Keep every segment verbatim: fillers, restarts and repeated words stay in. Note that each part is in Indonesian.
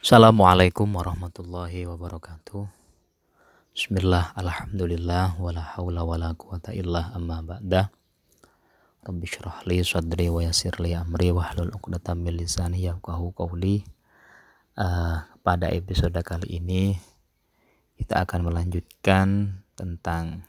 Assalamualaikum warahmatullahi wabarakatuh. Bismillah, alhamdulillah, wala hawla wala quwata illa amma ba'da. Rabbi syrah li sadri wa yassir li amri wahlul 'uqdatam min lisani yafqahu qawli. Uh, pada episode kali ini kita akan melanjutkan tentang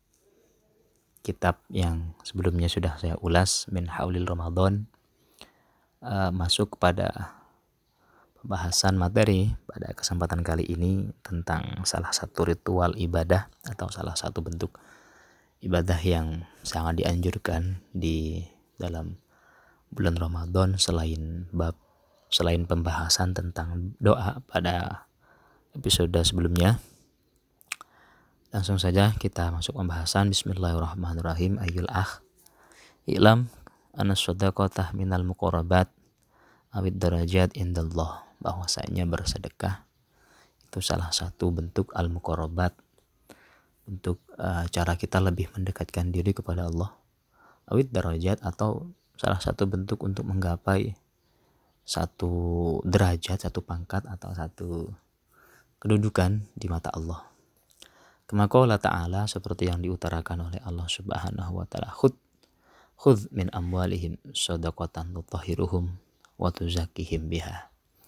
kitab yang sebelumnya sudah saya ulas, Min Haulil Ramadan, uh, masuk pada pembahasan materi pada kesempatan kali ini tentang salah satu ritual ibadah atau salah satu bentuk ibadah yang sangat dianjurkan di dalam bulan Ramadan selain bab selain pembahasan tentang doa pada episode sebelumnya. Langsung saja kita masuk pembahasan. Bismillahirrahmanirrahim. Ayyul akh, i'lam anna shadaqatah minal muqarrabat awid darajat indallah, bahwasanya bersedekah itu salah satu bentuk al-muqarrabat, untuk uh, cara kita lebih mendekatkan diri kepada Allah, awid darajat, atau salah satu bentuk untuk menggapai satu derajat, satu pangkat, atau satu kedudukan di mata Allah. Kama qala ta'ala, seperti yang diutarakan oleh Allah Subhanahu wa taala, khudh khudh min amwalihim shadaqatan tutahhiruhum wa tuzakkihim biha.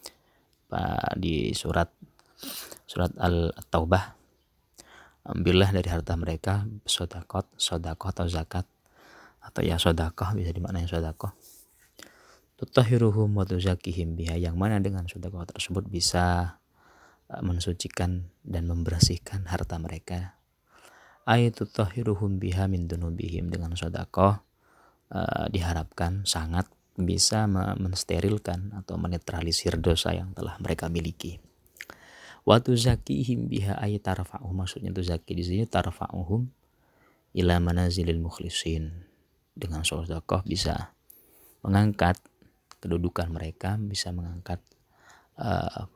Di surat surat Al-Taubah, ambillah dari harta mereka sedekah, sedekah atau zakat, atau ya sedekah, bisa dimaknai sedekah, tutahhiruhum wa tuzakkihim biha, yang mana dengan sedekah tersebut bisa mensucikan dan membersihkan harta mereka. Ay tutahhiruhum biha min dunubihim, dengan sedekah uh, diharapkan sangat bisa mensterilkan atau menetralisir dosa yang telah mereka miliki. Wa tuzakihim biha ay tarfa'uhum, maksudnya tuzaki di sini tarfa'uhum ila manazilil mukhlisin. Dengan sedekah bisa mengangkat kedudukan mereka, bisa mengangkat uh,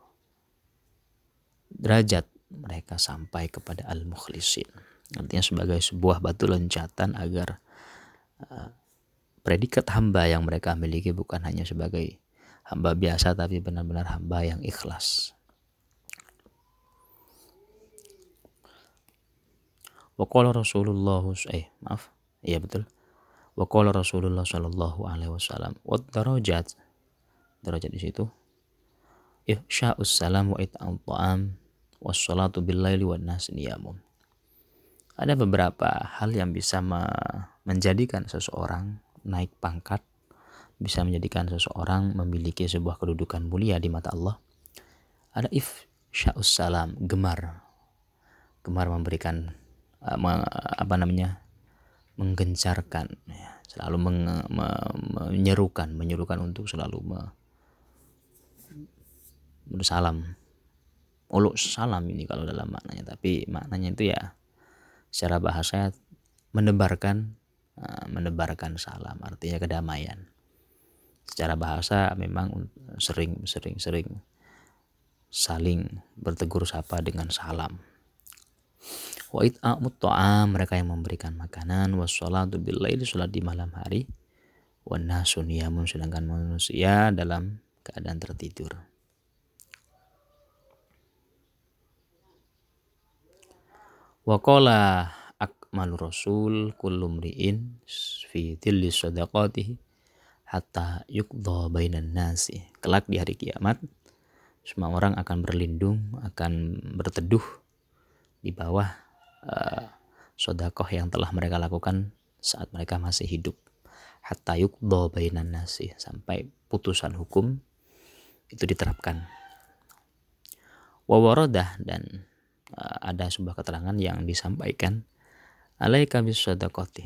derajat mereka sampai kepada al-mukhlisin. Artinya sebagai sebuah batu loncatan agar uh, predikat hamba yang mereka miliki bukan hanya sebagai hamba biasa, tapi benar-benar hamba yang ikhlas. Wa qala Rasulullah eh maaf iya betul wa qala Rasulullah sallallahu alaihi wasallam, wa darajat, derajat di situ ifsya'us salam wa it'am ta'am was salatu bil laili wan nas niyamun. Ada beberapa hal yang bisa menjadikan seseorang naik pangkat, bisa menjadikan seseorang memiliki sebuah kedudukan mulia di mata Allah. Ada ifsya'us salam, gemar gemar memberikan uh, me, apa namanya menggencarkan, ya, selalu meng, me, menyerukan menyerukan untuk selalu me, bersalam, uluk salam ini kalau dalam maknanya, tapi maknanya itu ya secara bahasa menebarkan uh, menebarkan salam, artinya kedamaian. Secara bahasa memang sering sering sering saling bertegur sapa dengan salam. Wa it'amut ta'am, mereka yang memberikan makanan, wassalatu bil laili, salat di malam hari, wan nasu niyamun, sedangkan manusia dalam keadaan tertidur. Wa qala akmalur rasul kullu mri'in fi dhilli sadaqatihi hatta yuqdha bainan nasi. Kelak di hari kiamat semua orang akan berlindung, akan berteduh di bawah uh, sedekah yang telah mereka lakukan saat mereka masih hidup. Hatta yuqdha bainan nasi, sampai putusan hukum itu diterapkan. Wa waradah, dan uh, ada sebuah keterangan yang disampaikan, alaika bis sadaqati,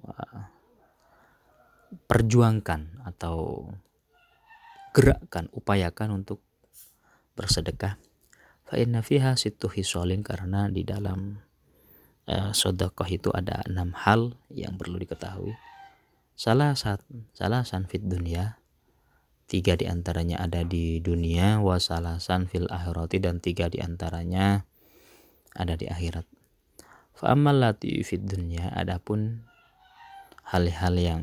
perjuangkan atau gerakkan, upayakan untuk bersedekah. Fa inna fiha sittu hisolin, karena di dalam uh, sedekah itu ada enam hal yang perlu diketahui. Salah sat, salah san fit dunia, tiga diantaranya ada di dunia, wa salasan fil akhirati, dan tiga diantaranya ada di akhirat. Fa ammal lati fit dunia, adapun hal-hal yang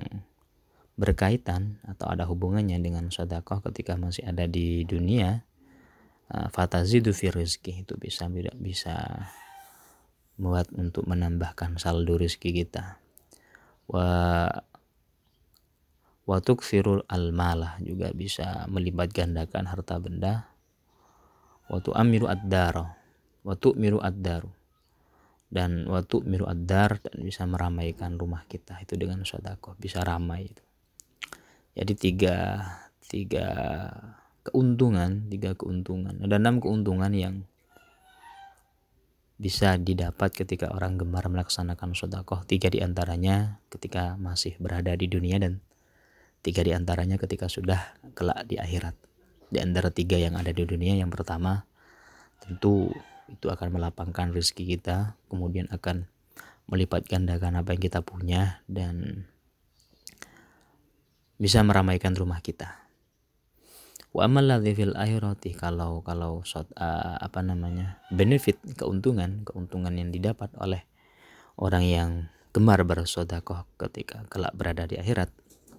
berkaitan atau ada hubungannya dengan sedekah ketika masih ada di dunia, uh, fatazidu fi rizki, itu bisa bisa buat untuk menambahkan saldo rezeki kita. Wa wa tukfirul almalah, juga bisa melipat gandakan harta benda. Wa tu'amiru ad-daro, wa tu'miru ad-daru, dan wa tu'miru ad-dar, dan bisa meramaikan rumah kita itu dengan sedekah, bisa ramai itu. Jadi tiga tiga keuntungan, tiga keuntungan. Ada enam keuntungan yang bisa didapat ketika orang gemar melaksanakan sedekah. Tiga diantaranya ketika masih berada di dunia, dan tiga diantaranya ketika sudah kelak di akhirat. Di antara tiga yang ada di dunia, yang pertama tentu itu akan melapangkan rezeki kita, kemudian akan melipat gandakan apa yang kita punya, dan bisa meramaikan rumah kita. Wa amal ladzi fil akhirati, kalau kalau uh, apa namanya benefit, keuntungan keuntungan yang didapat oleh orang yang gemar bersedekah ketika kelak berada di akhirat,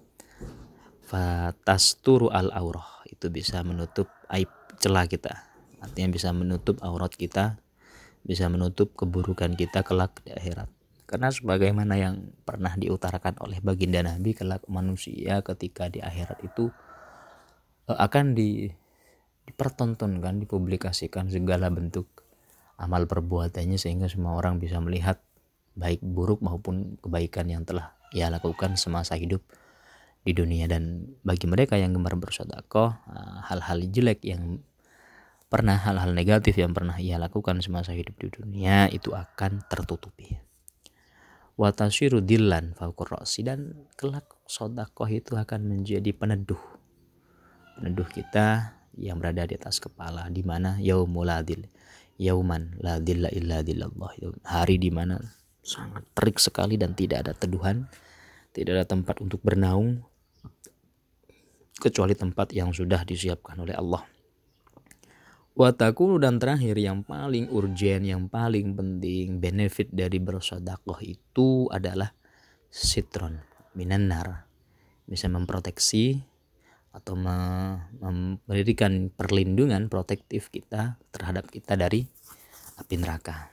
fatasturu al aurah, itu bisa menutup aib celah kita, artinya bisa menutup aurat kita, bisa menutup keburukan kita kelak di akhirat. Karena sebagaimana yang pernah diutarakan oleh baginda Nabi, kelak manusia ketika di akhirat itu akan di, dipertontonkan, dipublikasikan segala bentuk amal perbuatannya, sehingga semua orang bisa melihat baik buruk maupun kebaikan yang telah ia lakukan semasa hidup di dunia. Dan bagi mereka yang gemar bersedekah, hal-hal jelek yang pernah, hal-hal negatif yang pernah ia lakukan semasa hidup di dunia itu akan tertutupi. Wa tasyiru dillan fawqar ra'si, dan kelak sedekah itu akan menjadi peneduh peneduh kita yang berada di atas kepala, di mana yaumul adil, yauman la dilla illa dillallah, hari di mana sangat terik sekali dan tidak ada teduhan, tidak ada tempat untuk bernaung kecuali tempat yang sudah disiapkan oleh Allah. Wa takunu, dan terakhir yang paling urgen, yang paling penting, benefit dari bersedekah itu adalah sitron minan nar, bisa memproteksi atau memberikan perlindungan protektif kita terhadap kita dari api neraka.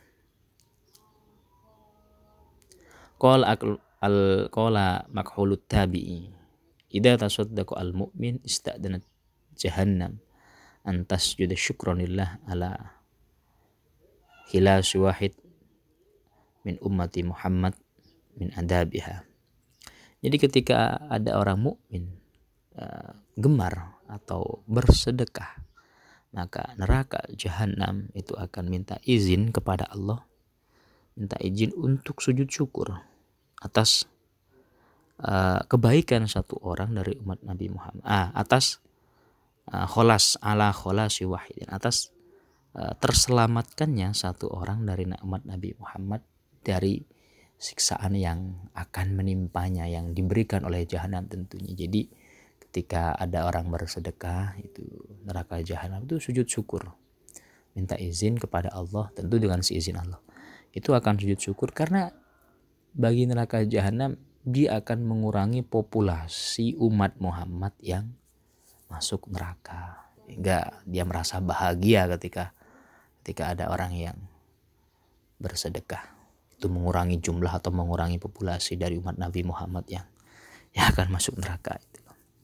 Qala al qala makhulut tabi'i, idza tasaddaqa al mu'min ista'danat jahannam antas juda syukranillah ala hilas wahid min ummati Muhammad min adabiha. Jadi ketika ada orang mukmin uh, gemar atau bersedekah, maka neraka jahanam itu akan minta izin kepada Allah, minta izin untuk sujud syukur atas uh, kebaikan satu orang dari umat Nabi Muhammad, ah, atas uh, kholas ala kholasi wahidin, atas uh, terselamatkannya satu orang dari umat Nabi Muhammad dari siksaan yang akan menimpanya, yang diberikan oleh jahanam tentunya. Jadi ketika ada orang bersedekah, itu neraka jahanam itu sujud syukur, minta izin kepada Allah, tentu dengan seizin Allah, itu akan sujud syukur, karena bagi neraka jahanam dia akan mengurangi populasi umat Muhammad yang masuk neraka, hingga dia merasa bahagia ketika ketika ada orang yang bersedekah, itu mengurangi jumlah atau mengurangi populasi dari umat Nabi Muhammad yang yang akan masuk neraka itu.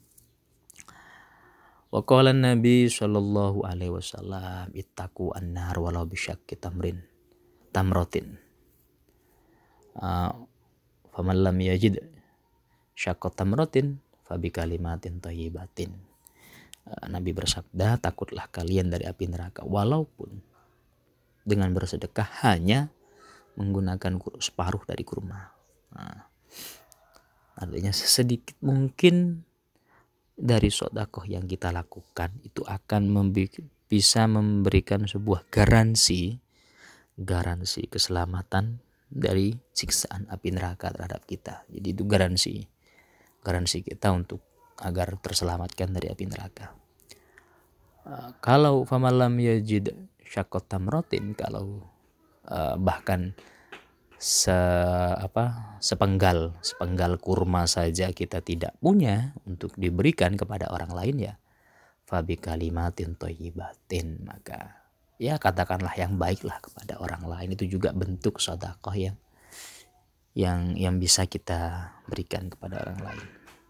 Wa qala Nabi sallallahu alaihi wasallam ittaqu an-nar walau bisyakki tamrin tamrotin. Uh, faman lam yajid syaqqat tamrotin fabi kalimatin thayyibatin. Uh, Nabi bersabda, takutlah kalian dari api neraka walaupun dengan bersedekah hanya menggunakan separuh dari kurma. Nah, artinya sedikit mungkin dari sedekah yang kita lakukan itu akan membi- bisa memberikan sebuah garansi garansi keselamatan dari siksaan api neraka terhadap kita. Jadi itu garansi garansi kita untuk agar terselamatkan dari api neraka. Uh, kalau famalam yajid syaqqat tamratin, kalau uh, bahkan se apa sepenggal sepenggal kurma saja kita tidak punya untuk diberikan kepada orang lain, ya fabi kalimatin thayyibatin, maka ya katakanlah yang baiklah kepada orang lain. Itu juga bentuk sedekah yang yang yang bisa kita berikan kepada orang lain.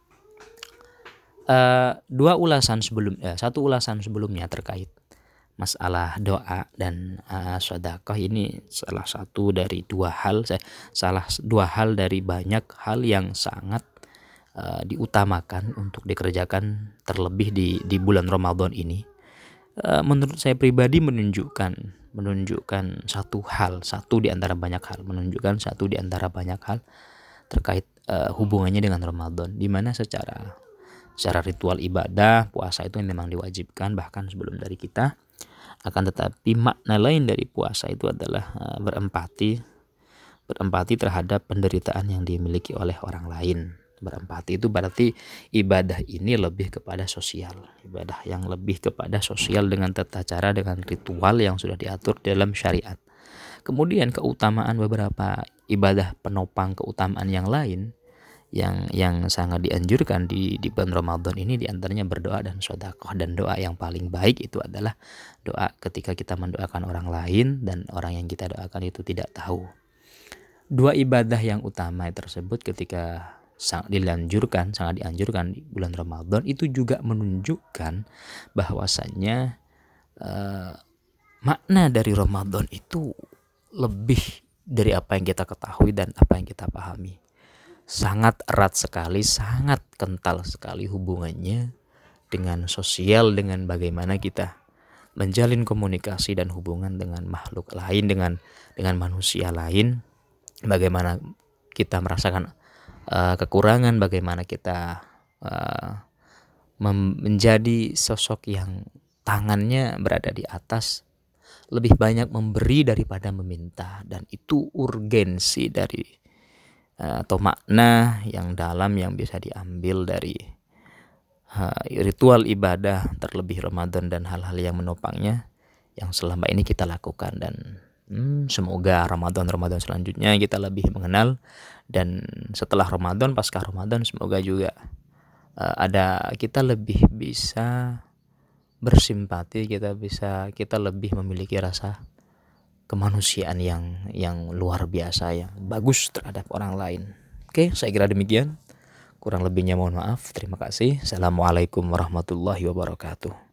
Uh, dua ulasan sebelum eh, satu ulasan sebelumnya terkait masalah doa dan uh, sedekah, ini salah satu dari dua hal saya salah dua hal dari banyak hal yang sangat uh, diutamakan untuk dikerjakan terlebih di di bulan Ramadan ini. Uh, menurut saya pribadi menunjukkan menunjukkan satu hal, satu di antara banyak hal, menunjukkan satu di antara banyak hal terkait uh, hubungannya dengan Ramadan, di mana secara secara ritual ibadah puasa itu memang diwajibkan bahkan sebelum dari kita. Akan tetapi makna lain dari puasa itu adalah uh, berempati berempati terhadap penderitaan yang dimiliki oleh orang lain. Berempati itu berarti ibadah ini lebih kepada sosial, ibadah yang lebih kepada sosial dengan tata cara, dengan ritual yang sudah diatur dalam syariat. Kemudian keutamaan beberapa ibadah penopang keutamaan yang lain yang yang sangat dianjurkan di di bulan Ramadan ini, diantaranya berdoa dan sedekah. Dan doa yang paling baik itu adalah doa ketika kita mendoakan orang lain dan orang yang kita doakan itu tidak tahu. Dua ibadah yang utama tersebut ketika sangat dilanjurkan, sangat dianjurkan di bulan Ramadan, itu juga menunjukkan bahwasannya eh, makna dari Ramadan itu lebih dari apa yang kita ketahui dan apa yang kita pahami. Sangat erat sekali, sangat kental sekali hubungannya dengan sosial, dengan bagaimana kita menjalin komunikasi dan hubungan dengan makhluk lain, dengan dengan manusia lain, bagaimana kita merasakan uh, kekurangan, bagaimana kita uh, mem- menjadi sosok yang tangannya berada di atas, lebih banyak memberi daripada meminta. Dan itu urgensi dari uh, atau makna yang dalam yang bisa diambil dari uh, ritual ibadah terlebih Ramadan dan hal-hal yang menopangnya yang selama ini kita lakukan. Dan hmm, semoga Ramadan-Ramadan selanjutnya kita lebih mengenal, dan setelah Ramadan, pasca Ramadan, semoga juga uh, ada kita lebih bisa bersimpati, kita bisa kita lebih memiliki rasa kemanusiaan yang yang luar biasa, yang bagus terhadap orang lain. Oke, saya kira demikian. Kurang lebihnya mohon maaf. Terima kasih. Assalamualaikum warahmatullahi wabarakatuh.